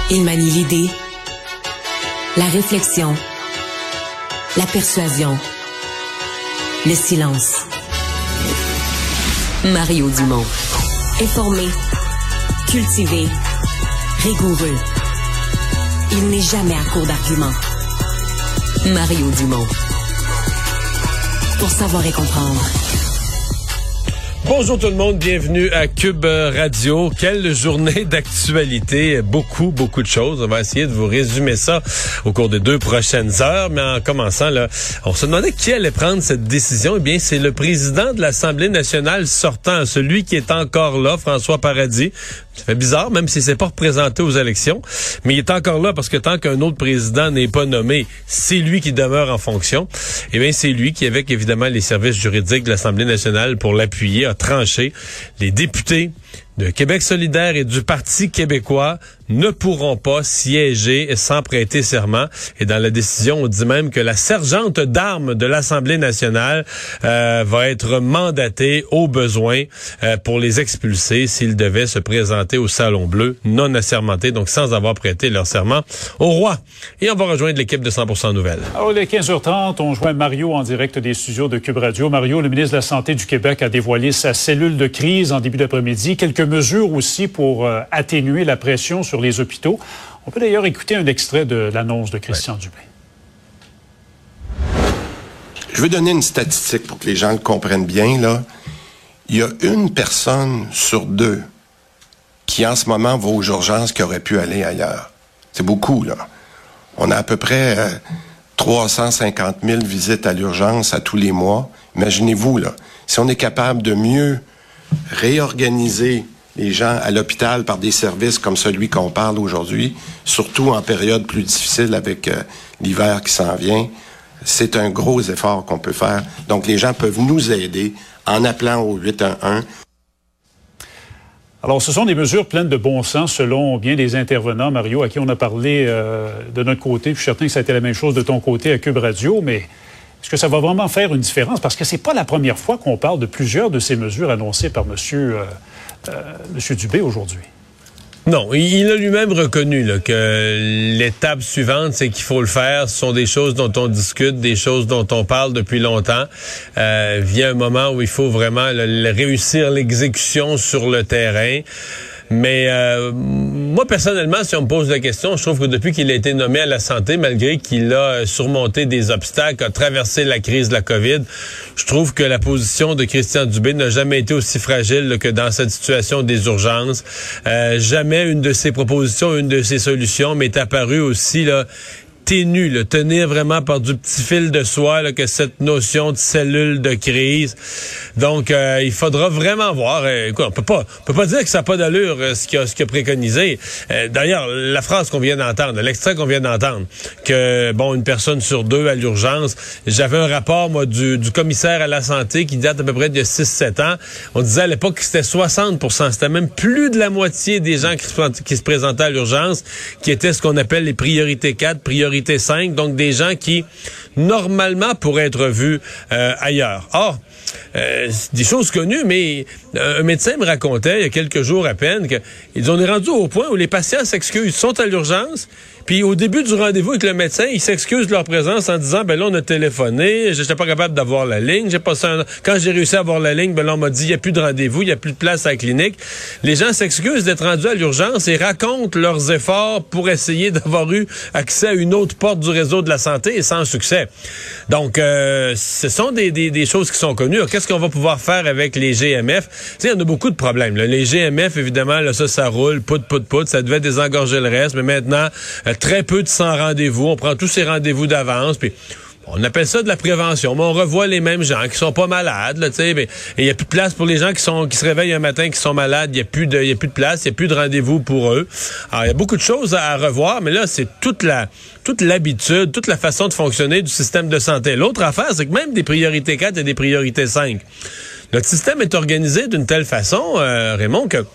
Il manie l'idée, la réflexion, la persuasion, le silence. Mario Dumont. Informé, cultivé, rigoureux. Il n'est jamais à court d'arguments. Mario Dumont. Pour savoir et comprendre. Bonjour tout le monde, bienvenue à Cube Radio. Quelle journée d'actualité, beaucoup de choses. On va essayer de vous résumer ça au cours des 2 prochaines heures. Mais en commençant, là, on se demandait qui allait prendre cette décision. Eh bien, c'est le président de l'Assemblée nationale sortant, celui qui est encore là, François Paradis. Ça fait bizarre, même s'il s'est pas représenté aux élections. Mais il est encore là parce que tant qu'un autre président n'est pas nommé, c'est lui qui demeure en fonction. Eh bien, c'est lui qui, avec évidemment les services juridiques de l'Assemblée nationale pour l'appuyer, a tranché. Les députés de Québec solidaire et du Parti québécois ne pourront pas siéger sans prêter serment. Et dans la décision, on dit même que la sergente d'armes de l'Assemblée nationale va être mandatée au besoin pour les expulser s'ils devaient se présenter au Salon Bleu non assermentés, donc sans avoir prêté leur serment au roi. Et on va rejoindre l'équipe de 100% Nouvelles. Alors, il est 15h30, on joint Mario en direct des studios de Cube Radio. Mario, le ministre de la Santé du Québec a dévoilé sa cellule de crise en début d'après-midi. Quelques mesures aussi pour atténuer la pression sur les hôpitaux. On peut d'ailleurs écouter un extrait de l'annonce de Christian Dubé. Je veux donner une statistique pour que les gens le comprennent bien, là. Il y a 1 personne sur 2 qui, en ce moment, va aux urgences qui aurait pu aller ailleurs. C'est beaucoup, là. On a à peu près 350 000 visites à l'urgence à tous les mois. Imaginez-vous, là, si on est capable de mieux réorganiser les gens à l'hôpital par des services comme celui qu'on parle aujourd'hui, surtout en période plus difficile avec l'hiver qui s'en vient, c'est un gros effort qu'on peut faire. Donc, les gens peuvent nous aider en appelant au 811. Alors, ce sont des mesures pleines de bon sens selon bien des intervenants, Mario, à qui on a parlé de notre côté. Puis je suis certain que ça a été la même chose de ton côté à Cube Radio, mais est-ce que ça va vraiment faire une différence? Parce que c'est pas la première fois qu'on parle de plusieurs de ces mesures annoncées par M. Dubé aujourd'hui. Non, il a lui-même reconnu là, que l'étape suivante, c'est qu'il faut le faire. Ce sont des choses dont on discute, des choses dont on parle depuis longtemps. Vient un moment où il faut vraiment réussir l'exécution sur le terrain. Mais moi, personnellement, si on me pose la question, je trouve que depuis qu'il a été nommé à la santé, malgré qu'il a surmonté des obstacles, a traversé la crise de la COVID, je trouve que la position de Christian Dubé n'a jamais été aussi fragile là, que dans cette situation des urgences. Jamais une de ses propositions, une de ses solutions m'est apparue aussi là, ténue, là, tenir vraiment par du petit fil de soie là, que cette notion de cellule de crise. Donc, il faudra vraiment voir. Écoute, on peut pas dire que ça n'a pas d'allure ce qu'il a préconisé. D'ailleurs, la phrase qu'on vient d'entendre, l'extrait qu'on vient d'entendre, que bon, 1 personne sur 2 à l'urgence. J'avais un rapport moi du commissaire à la santé qui date à peu près de 6-7 ans. On disait à l'époque que c'était 60%. C'était même plus de la moitié des gens qui se présentaient à l'urgence, qui étaient ce qu'on appelle les priorités 4, priorités 5, donc des gens qui, normalement, pourraient être vus ailleurs. Or, des choses connues, mais un médecin me racontait, il y a quelques jours à peine, qu'on est rendu au point où les patients s'excusent, ils sont à l'urgence, puis au début du rendez-vous avec le médecin, ils s'excusent de leur présence en disant, ben là, on a téléphoné, j'étais pas capable d'avoir la ligne, quand j'ai réussi à avoir la ligne, ben là, on m'a dit, il n'y a plus de rendez-vous, il n'y a plus de place à la clinique. Les gens s'excusent d'être rendus à l'urgence et racontent leurs efforts pour essayer d'avoir eu accès à une autre porte du réseau de la santé et sans succès. Donc, ce sont des choses qui sont connues. Alors, qu'est-ce qu'on va pouvoir faire avec les GMF? Tu sais, il y en a beaucoup de problèmes. Là. Les GMF, évidemment, là, ça roule, poudre, ça devait désengorger le reste, mais maintenant, très peu de sans rendez-vous. On prend tous ces rendez-vous d'avance, puis on appelle ça de la prévention, mais on revoit les mêmes gens qui sont pas malades, là, tu sais, et il y a plus de place pour les gens qui se réveillent un matin qui sont malades, il y a plus de place, il y a plus de rendez-vous pour eux. Alors il y a beaucoup de choses à revoir, mais là c'est toute l'habitude, toute la façon de fonctionner du système de santé. L'autre affaire, c'est que même des priorités 4 et des priorités 5. Notre système est organisé d'une telle façon, Raymond, que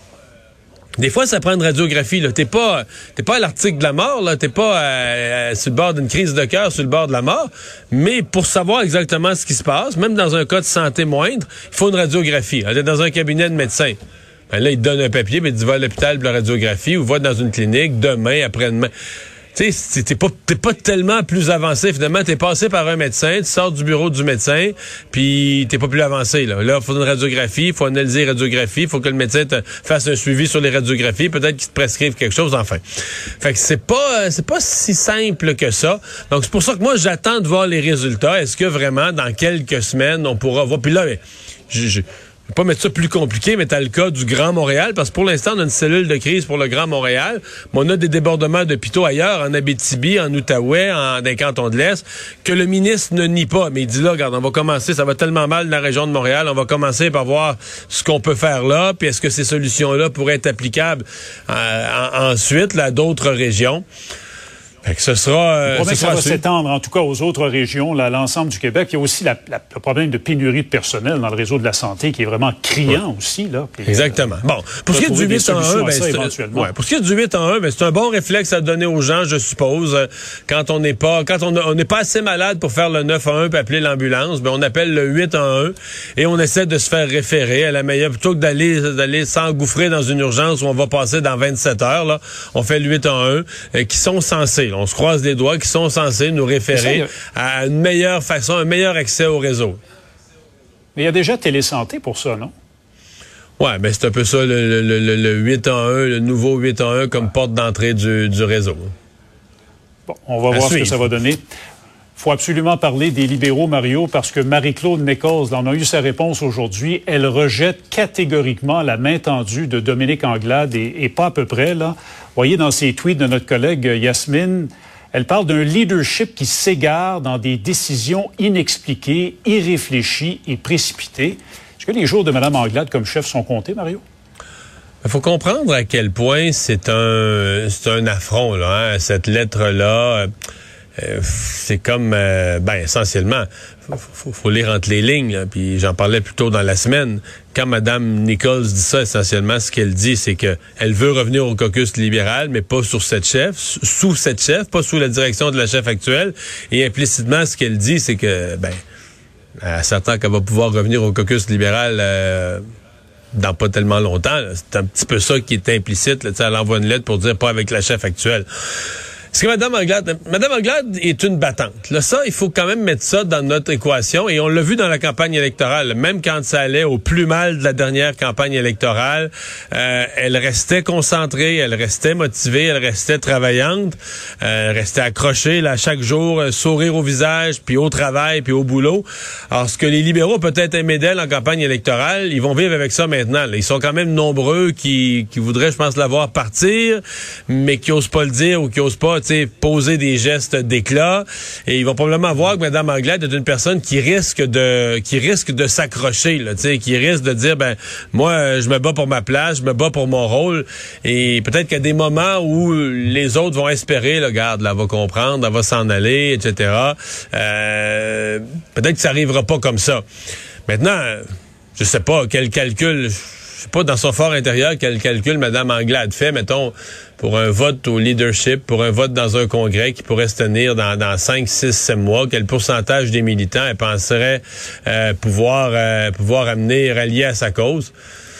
des fois, ça prend une radiographie. Là. T'es pas à l'article de la mort. Là. T'es pas sur le bord d'une crise de cœur, sur le bord de la mort. Mais pour savoir exactement ce qui se passe, même dans un cas de santé moindre, il faut une radiographie. T'es dans un cabinet de médecin. Ben là, il te donne un papier, mais il dit va à l'hôpital pour la radiographie ou va dans une clinique demain, après-demain. Tu sais, t'es pas tellement plus avancé. Finalement, t'es passé par un médecin, tu sors du bureau du médecin, puis t'es pas plus avancé. Là, il faut une radiographie, il faut analyser les radiographies, il faut que le médecin te fasse un suivi sur les radiographies, peut-être qu'il te prescrive quelque chose, enfin. Fait que c'est pas si simple que ça. Donc, c'est pour ça que moi, j'attends de voir les résultats. Est-ce que vraiment, dans quelques semaines, on pourra voir... Puis là, je ne vais pas mettre ça plus compliqué, mais tu as le cas du Grand Montréal, parce que pour l'instant, on a une cellule de crise pour le Grand Montréal, mais on a des débordements d'hôpitaux ailleurs, en Abitibi, en Outaouais, dans les cantons de l'Est, que le ministre ne nie pas. Mais il dit là, regarde, on va commencer, ça va tellement mal dans la région de Montréal, on va commencer par voir ce qu'on peut faire là, puis est-ce que ces solutions-là pourraient être applicables ensuite là, à d'autres régions. Fait que ce sera... ça va s'étendre, en tout cas, aux autres régions, là, à l'ensemble du Québec. Il y a aussi le problème de pénurie de personnel dans le réseau de la santé qui est vraiment criant aussi. Là. Puis, exactement. Bon, pour ce qui est du 8 en 1, pour ce qui est du 8 en 1, c'est un bon réflexe à donner aux gens, je suppose. Quand on n'est pas assez malade pour faire le 9 en 1 puis appeler l'ambulance, on appelle le 8 en 1 et on essaie de se faire référer à la meilleure, plutôt que d'aller s'engouffrer dans une urgence où on va passer dans 27 heures. Là, on fait le 8 en 1 qui sont censés. On se croise les doigts, qui sont censés nous référer à une meilleure façon, un meilleur accès au réseau. Mais il y a déjà Télésanté pour ça, non? Oui, mais c'est un peu ça, le 8 en 1, le nouveau 8 en 1 comme porte d'entrée du réseau. Bon, on va voir ce que ça va donner. Il faut absolument parler des libéraux, Mario, parce que Marie-Claude Nichols en a eu sa réponse aujourd'hui. Elle rejette catégoriquement la main tendue de Dominique Anglade et pas à peu près, là. Vous voyez dans ses tweets de notre collègue Yasmine, elle parle d'un leadership qui s'égare dans des décisions inexpliquées, irréfléchies et précipitées. Est-ce que les jours de Mme Anglade comme chef sont comptés, Mario? Il faut comprendre à quel point c'est un affront, là, hein, cette lettre-là. C'est comme, essentiellement, faut lire entre les lignes, là, puis j'en parlais plus tôt dans la semaine. Quand Mme Nichols dit ça, essentiellement, ce qu'elle dit, c'est que elle veut revenir au caucus libéral, mais pas sous cette chef, pas sous la direction de la chef actuelle. Et implicitement, ce qu'elle dit, c'est que, elle s'attend qu'elle va pouvoir revenir au caucus libéral dans pas tellement longtemps. Là. C'est un petit peu ça qui est implicite. Là, elle envoie une lettre pour dire pas avec la chef actuelle. Parce que Mme Anglade est une battante. Là, ça, il faut quand même mettre ça dans notre équation. Et on l'a vu dans la campagne électorale. Même quand ça allait au plus mal de la dernière campagne électorale, elle restait concentrée, elle restait motivée, elle restait travaillante, elle restait accrochée là, chaque jour, sourire au visage, puis au travail, puis au boulot. Alors, ce que les libéraux peut-être aimaient d'elle en campagne électorale, ils vont vivre avec ça maintenant. Là. Ils sont quand même nombreux qui voudraient, je pense, la voir partir, mais qui osent pas le dire ou qui osent pas poser des gestes d'éclat, et ils vont probablement voir que Mme Anglade est une personne qui risque de s'accrocher, là, qui risque de dire moi je me bats pour ma place, je me bats pour mon rôle, et peut-être qu'il y a des moments où les autres vont espérer, là, regarde, là, elle va comprendre, elle va s'en aller, etc. Peut-être que ça arrivera pas comme ça. Maintenant, je sais pas quel calcul. Je sais pas dans son fort intérieur quel calcul Mme Anglade fait, mettons, pour un vote au leadership, pour un vote dans un congrès qui pourrait se tenir dans 5, 6, 7 mois, quel pourcentage des militants elle penserait pouvoir rallier à sa cause.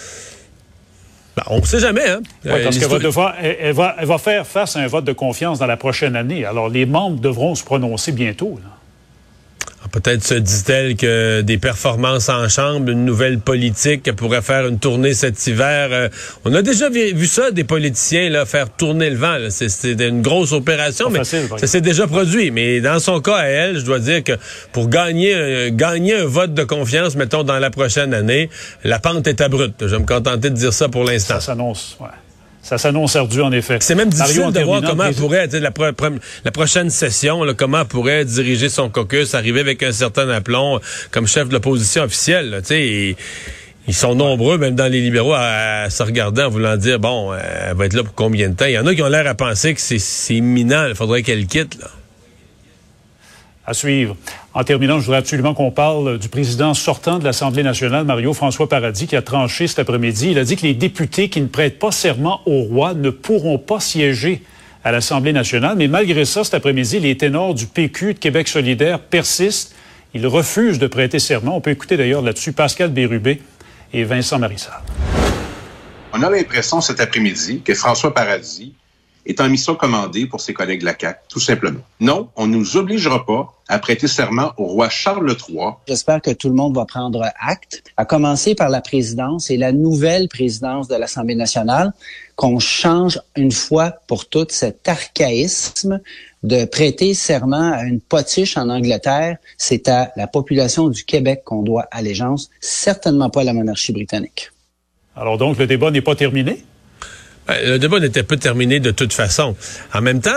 On ne sait jamais, hein? Oui, parce qu'elle va faire face à un vote de confiance dans la prochaine année. Alors, les membres devront se prononcer bientôt, là. Peut-être se dit-elle que des performances en chambre, une nouvelle politique pourrait faire une tournée cet hiver. On a déjà vu ça, des politiciens là, faire tourner le vent. C'est une grosse opération, mais ça s'est déjà produit. Mais dans son cas, à elle, je dois dire que pour gagner un vote de confiance, mettons, dans la prochaine année, la pente est abrupte. Je vais me contenter de dire ça pour l'instant. Ça s'annonce, ouais. Ça s'annonce ardu, en effet. C'est même difficile de voir comment elle pourrait, la prochaine session, là, comment elle pourrait diriger son caucus, arriver avec un certain aplomb comme chef de l'opposition officielle. Là, ils sont nombreux, même dans les libéraux, à se regarder en voulant dire, elle va être là pour combien de temps? Il y en a qui ont l'air à penser que c'est imminent. Il faudrait qu'elle quitte, là. À suivre. En terminant, je voudrais absolument qu'on parle du président sortant de l'Assemblée nationale, Mario François Paradis, qui a tranché cet après-midi. Il a dit que les députés qui ne prêtent pas serment au roi ne pourront pas siéger à l'Assemblée nationale. Mais malgré ça, cet après-midi, les ténors du PQ de Québec solidaire persistent. Ils refusent de prêter serment. On peut écouter d'ailleurs là-dessus Pascal Bérubé et Vincent Marissal. On a l'impression cet après-midi que François Paradis est en mission commandée pour ses collègues de la CAQ, tout simplement. Non, on ne nous obligera pas à prêter serment au roi Charles III. J'espère que tout le monde va prendre acte, à commencer par la présidence et la nouvelle présidence de l'Assemblée nationale, qu'on change une fois pour toutes cet archaïsme de prêter serment à une potiche en Angleterre. C'est à la population du Québec qu'on doit allégeance, certainement pas à la monarchie britannique. Alors donc, le débat n'est pas terminé? Le débat n'était pas terminé de toute façon. En même temps,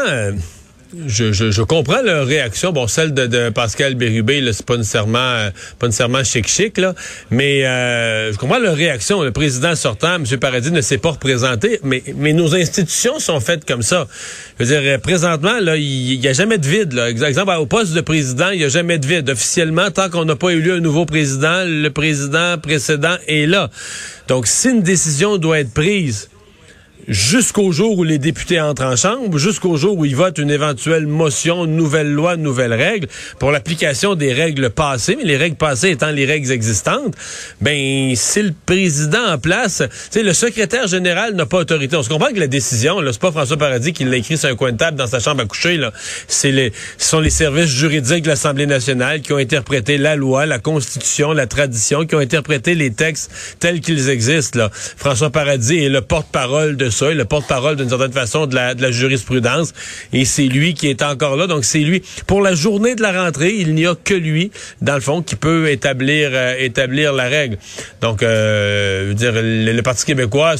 je comprends leur réaction. Bon, celle de Pascal Bérubé, là, c'est pas nécessairement chic, là. Mais je comprends leur réaction. Le président sortant, M. Paradis, ne s'est pas représenté, mais nos institutions sont faites comme ça. Je veux dire, présentement, là, il y a jamais de vide, là. Exemple, au poste de président, il y a jamais de vide. Officiellement, tant qu'on n'a pas élu un nouveau président, le président précédent est là. Donc, si une décision doit être prise jusqu'au jour où les députés entrent en chambre, jusqu'au jour où ils votent une éventuelle motion, une nouvelle loi, une nouvelle règle, pour l'application des règles passées, mais les règles passées étant les règles existantes, ben, c'est le président en place. Tu sais, le secrétaire général n'a pas autorité. On se comprend que la décision, là, c'est pas François Paradis qui l'a écrit sur un coin de table dans sa chambre à coucher, là. Ce sont les services juridiques de l'Assemblée nationale qui ont interprété la loi, la Constitution, la tradition, qui ont interprété les textes tels qu'ils existent, là. François Paradis est le porte-parole de ça, le porte-parole d'une certaine façon de la jurisprudence, et c'est lui qui est encore là. Donc c'est lui, pour la journée de la rentrée, il n'y a que lui, dans le fond, qui peut établir la règle. Donc, je veux dire, le Parti québécois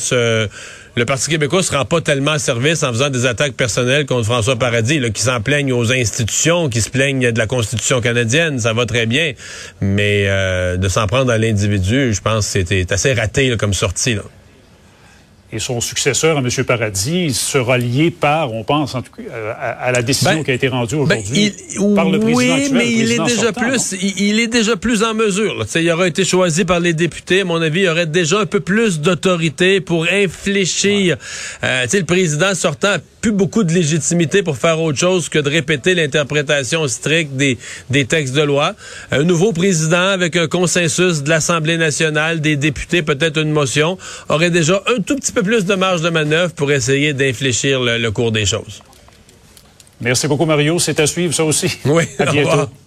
se rend pas tellement service en faisant des attaques personnelles contre François Paradis, là, qui s'en plaignent aux institutions, qui se plaignent de la Constitution canadienne, ça va très bien, mais de s'en prendre à l'individu, je pense que c'était assez raté là, comme sortie, là. Et son successeur, M. Paradis, sera lié par, on pense en tout cas, à la décision qui a été rendue aujourd'hui par le président actuel. Oui, mais il est déjà plus en mesure. Là. Il aura été choisi par les députés. À mon avis, il aurait déjà un peu plus d'autorité pour infléchir. Ouais. Le président sortant a plus beaucoup de légitimité pour faire autre chose que de répéter l'interprétation stricte des textes de loi. Un nouveau président avec un consensus de l'Assemblée nationale, des députés, peut-être une motion, aurait déjà un tout petit peu plus de marge de manœuvre pour essayer d'infléchir le cours des choses. Merci beaucoup, Mario. C'est à suivre, ça aussi. Oui, à bientôt.